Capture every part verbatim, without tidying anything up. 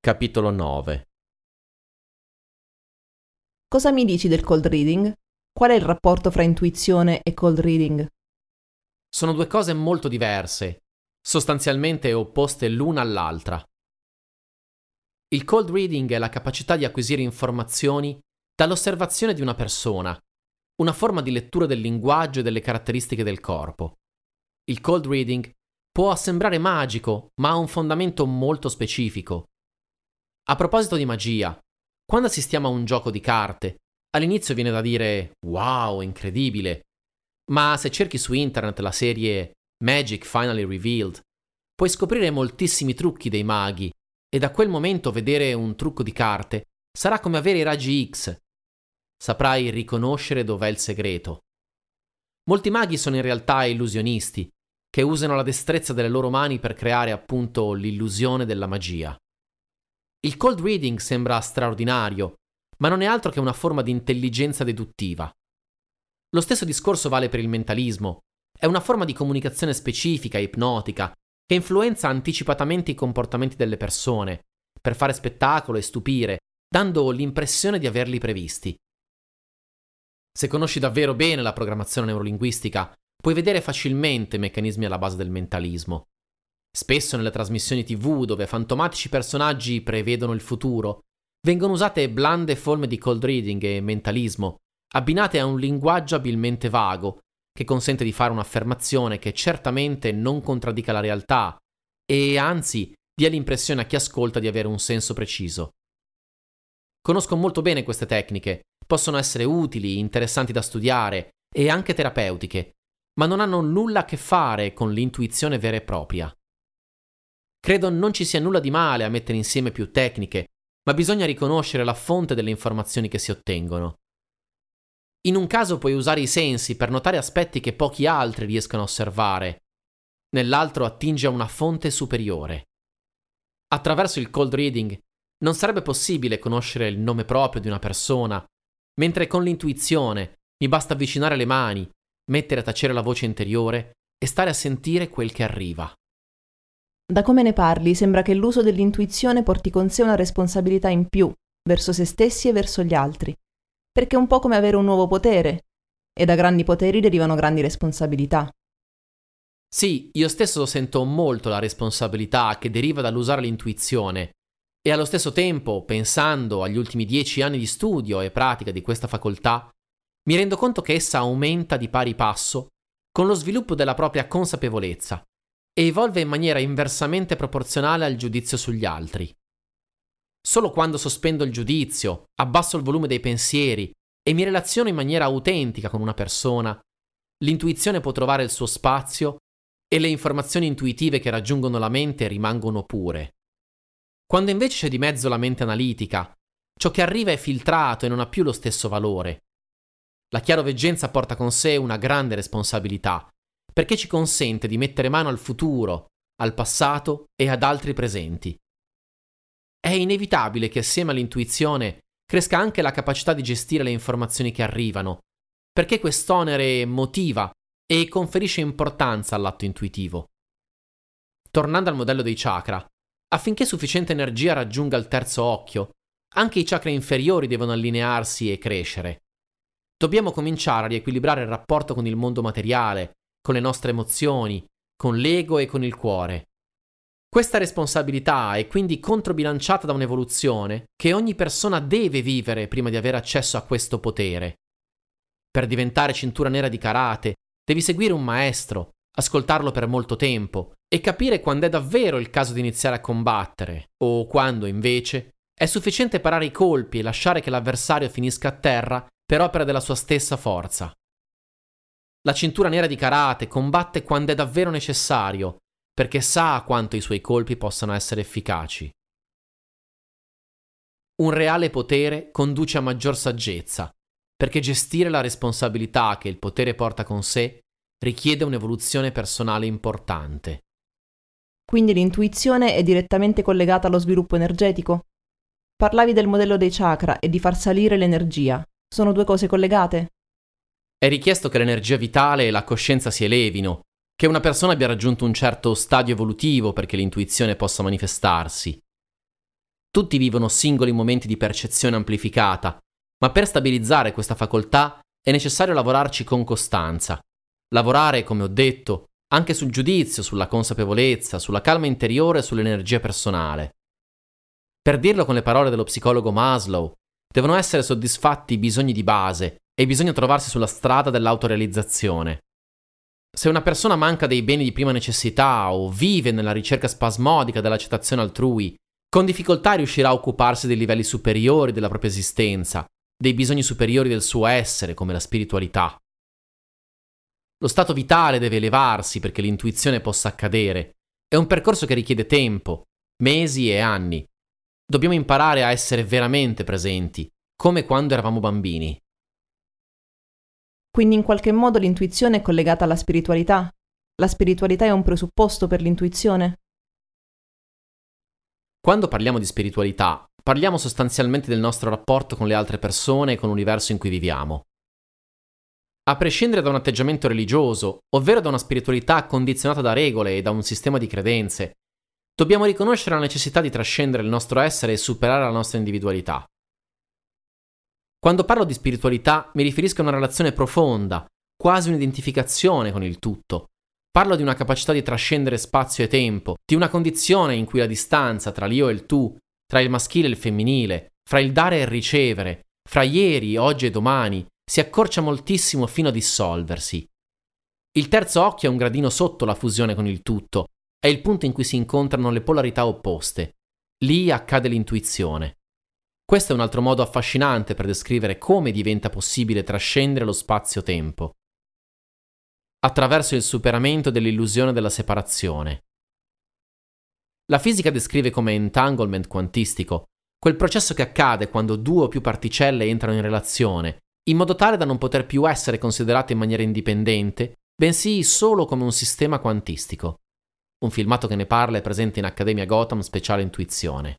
Capitolo nove. Cosa mi dici del cold reading? Qual è il rapporto fra intuizione e cold reading? Sono due cose molto diverse, sostanzialmente opposte l'una all'altra. Il cold reading è la capacità di acquisire informazioni dall'osservazione di una persona, una forma di lettura del linguaggio e delle caratteristiche del corpo. Il cold reading può sembrare magico, ma ha un fondamento molto specifico. A proposito di magia, quando assistiamo a un gioco di carte, all'inizio viene da dire wow, incredibile, ma se cerchi su internet la serie Magic Finally Revealed, puoi scoprire moltissimi trucchi dei maghi e da quel momento vedere un trucco di carte sarà come avere i raggi X. Saprai riconoscere dov'è il segreto. Molti maghi sono in realtà illusionisti, che usano la destrezza delle loro mani per creare appunto l'illusione della magia. Il cold reading sembra straordinario, ma non è altro che una forma di intelligenza deduttiva. Lo stesso discorso vale per il mentalismo. È una forma di comunicazione specifica e ipnotica che influenza anticipatamente i comportamenti delle persone, per fare spettacolo e stupire, dando l'impressione di averli previsti. Se conosci davvero bene la programmazione neurolinguistica, puoi vedere facilmente i meccanismi alla base del mentalismo. Spesso nelle trasmissioni tivù dove fantomatici personaggi prevedono il futuro, vengono usate blande forme di cold reading e mentalismo, abbinate a un linguaggio abilmente vago, che consente di fare un'affermazione che certamente non contraddica la realtà e, anzi, dia l'impressione a chi ascolta di avere un senso preciso. Conosco molto bene queste tecniche, possono essere utili, interessanti da studiare e anche terapeutiche, ma non hanno nulla a che fare con l'intuizione vera e propria. Credo non ci sia nulla di male a mettere insieme più tecniche, ma bisogna riconoscere la fonte delle informazioni che si ottengono. In un caso puoi usare i sensi per notare aspetti che pochi altri riescono a osservare, nell'altro attingi a una fonte superiore. Attraverso il cold reading non sarebbe possibile conoscere il nome proprio di una persona, mentre con l'intuizione mi basta avvicinare le mani, mettere a tacere la voce interiore e stare a sentire quel che arriva. Da come ne parli, sembra che l'uso dell'intuizione porti con sé una responsabilità in più, verso se stessi e verso gli altri, perché è un po' come avere un nuovo potere, e da grandi poteri derivano grandi responsabilità. Sì, io stesso sento molto la responsabilità che deriva dall'usare l'intuizione, e allo stesso tempo, pensando agli ultimi dieci anni di studio e pratica di questa facoltà, mi rendo conto che essa aumenta di pari passo con lo sviluppo della propria consapevolezza e evolve in maniera inversamente proporzionale al giudizio sugli altri. Solo quando sospendo il giudizio, abbasso il volume dei pensieri e mi relaziono in maniera autentica con una persona, l'intuizione può trovare il suo spazio e le informazioni intuitive che raggiungono la mente rimangono pure. Quando invece c'è di mezzo la mente analitica, ciò che arriva è filtrato e non ha più lo stesso valore. La chiaroveggenza porta con sé una grande responsabilità, perché ci consente di mettere mano al futuro, al passato e ad altri presenti. È inevitabile che assieme all'intuizione cresca anche la capacità di gestire le informazioni che arrivano, perché quest'onere motiva e conferisce importanza all'atto intuitivo. Tornando al modello dei chakra, affinché sufficiente energia raggiunga il terzo occhio, anche i chakra inferiori devono allinearsi e crescere. Dobbiamo cominciare a riequilibrare il rapporto con il mondo materiale, con le nostre emozioni, con l'ego e con il cuore. Questa responsabilità è quindi controbilanciata da un'evoluzione che ogni persona deve vivere prima di avere accesso a questo potere. Per diventare cintura nera di karate, devi seguire un maestro, ascoltarlo per molto tempo e capire quando è davvero il caso di iniziare a combattere, o quando, invece, è sufficiente parare i colpi e lasciare che l'avversario finisca a terra per opera della sua stessa forza. La cintura nera di karate combatte quando è davvero necessario, perché sa quanto i suoi colpi possano essere efficaci. Un reale potere conduce a maggior saggezza, perché gestire la responsabilità che il potere porta con sé richiede un'evoluzione personale importante. Quindi l'intuizione è direttamente collegata allo sviluppo energetico? Parlavi del modello dei chakra e di far salire l'energia. Sono due cose collegate? È richiesto che l'energia vitale e la coscienza si elevino, che una persona abbia raggiunto un certo stadio evolutivo perché l'intuizione possa manifestarsi. Tutti vivono singoli momenti di percezione amplificata, ma per stabilizzare questa facoltà è necessario lavorarci con costanza. Lavorare, come ho detto, anche sul giudizio, sulla consapevolezza, sulla calma interiore e sull'energia personale. Per dirlo con le parole dello psicologo Maslow, devono essere soddisfatti i bisogni di base e bisogna trovarsi sulla strada dell'autorealizzazione. Se una persona manca dei beni di prima necessità o vive nella ricerca spasmodica dell'accettazione altrui, con difficoltà riuscirà a occuparsi dei livelli superiori della propria esistenza, dei bisogni superiori del suo essere, come la spiritualità. Lo stato vitale deve elevarsi perché l'intuizione possa accadere. È un percorso che richiede tempo, mesi e anni. Dobbiamo imparare a essere veramente presenti, come quando eravamo bambini. Quindi in qualche modo l'intuizione è collegata alla spiritualità? La spiritualità è un presupposto per l'intuizione? Quando parliamo di spiritualità, parliamo sostanzialmente del nostro rapporto con le altre persone e con l'universo in cui viviamo. A prescindere da un atteggiamento religioso, ovvero da una spiritualità condizionata da regole e da un sistema di credenze, dobbiamo riconoscere la necessità di trascendere il nostro essere e superare la nostra individualità. Quando parlo di spiritualità mi riferisco a una relazione profonda, quasi un'identificazione con il tutto. Parlo di una capacità di trascendere spazio e tempo, di una condizione in cui la distanza tra l'io e il tu, tra il maschile e il femminile, fra il dare e il ricevere, fra ieri, oggi e domani, si accorcia moltissimo fino a dissolversi. Il terzo occhio è un gradino sotto la fusione con il tutto, è il punto in cui si incontrano le polarità opposte. Lì accade l'intuizione. Questo è un altro modo affascinante per descrivere come diventa possibile trascendere lo spazio-tempo. Attraverso il superamento dell'illusione della separazione. La fisica descrive come entanglement quantistico quel processo che accade quando due o più particelle entrano in relazione, in modo tale da non poter più essere considerate in maniera indipendente, bensì solo come un sistema quantistico. Un filmato che ne parla è presente in Accademia Gotham Speciale Intuizione.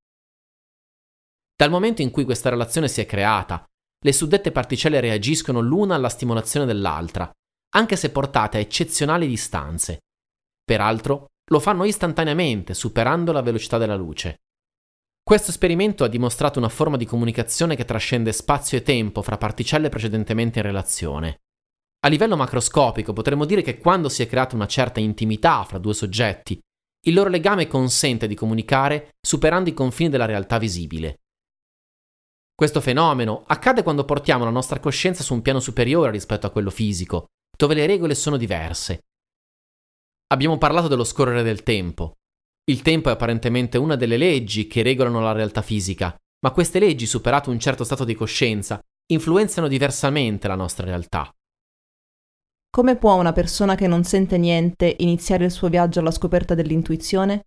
Dal momento in cui questa relazione si è creata, le suddette particelle reagiscono l'una alla stimolazione dell'altra, anche se portate a eccezionali distanze. Peraltro, lo fanno istantaneamente, superando la velocità della luce. Questo esperimento ha dimostrato una forma di comunicazione che trascende spazio e tempo fra particelle precedentemente in relazione. A livello macroscopico potremmo dire che quando si è creata una certa intimità fra due soggetti, il loro legame consente di comunicare superando i confini della realtà visibile. Questo fenomeno accade quando portiamo la nostra coscienza su un piano superiore rispetto a quello fisico, dove le regole sono diverse. Abbiamo parlato dello scorrere del tempo. Il tempo è apparentemente una delle leggi che regolano la realtà fisica, ma queste leggi, superato un certo stato di coscienza, influenzano diversamente la nostra realtà. Come può una persona che non sente niente iniziare il suo viaggio alla scoperta dell'intuizione?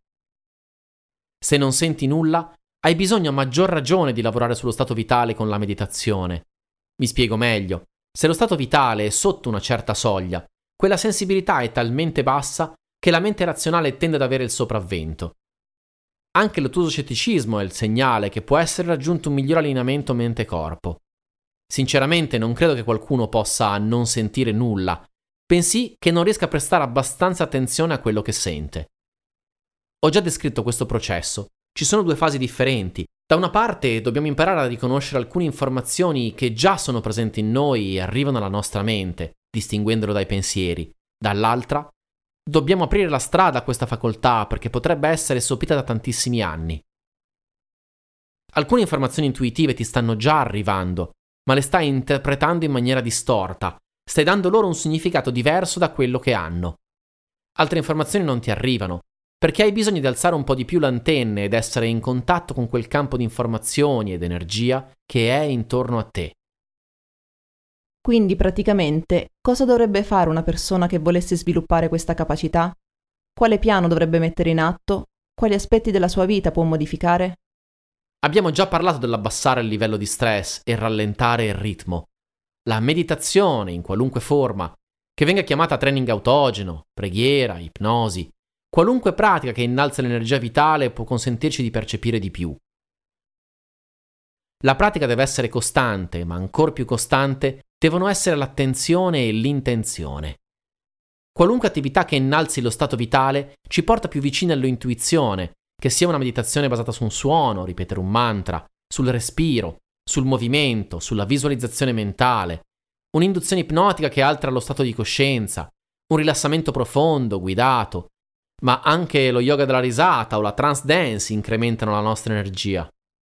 Se non senti nulla, hai bisogno a maggior ragione di lavorare sullo stato vitale con la meditazione. Mi spiego meglio. Se lo stato vitale è sotto una certa soglia, quella sensibilità è talmente bassa che la mente razionale tende ad avere il sopravvento. Anche l'ottuso scetticismo è il segnale che può essere raggiunto un miglior allineamento mente-corpo. Sinceramente non credo che qualcuno possa non sentire nulla, bensì che non riesca a prestare abbastanza attenzione a quello che sente. Ho già descritto questo processo. Ci sono due fasi differenti. Da una parte dobbiamo imparare a riconoscere alcune informazioni che già sono presenti in noi e arrivano alla nostra mente, distinguendolo dai pensieri. Dall'altra, dobbiamo aprire la strada a questa facoltà perché potrebbe essere sopita da tantissimi anni. Alcune informazioni intuitive ti stanno già arrivando, ma le stai interpretando in maniera distorta. Stai dando loro un significato diverso da quello che hanno. Altre informazioni non ti arrivano, perché hai bisogno di alzare un po' di più le antenne ed essere in contatto con quel campo di informazioni ed energia che è intorno a te. Quindi praticamente cosa dovrebbe fare una persona che volesse sviluppare questa capacità? Quale piano dovrebbe mettere in atto? Quali aspetti della sua vita può modificare? Abbiamo già parlato dell'abbassare il livello di stress e rallentare il ritmo. La meditazione, in qualunque forma, che venga chiamata training autogeno, preghiera, ipnosi, qualunque pratica che innalza l'energia vitale può consentirci di percepire di più. La pratica deve essere costante, ma ancor più costante devono essere l'attenzione e l'intenzione. Qualunque attività che innalzi lo stato vitale ci porta più vicini all'intuizione che sia una meditazione basata su un suono, ripetere un mantra, sul respiro, sul movimento, sulla visualizzazione mentale, un'induzione ipnotica che altera lo stato di coscienza, un rilassamento profondo, guidato, ma anche lo yoga della risata o la trance dance incrementano la nostra energia.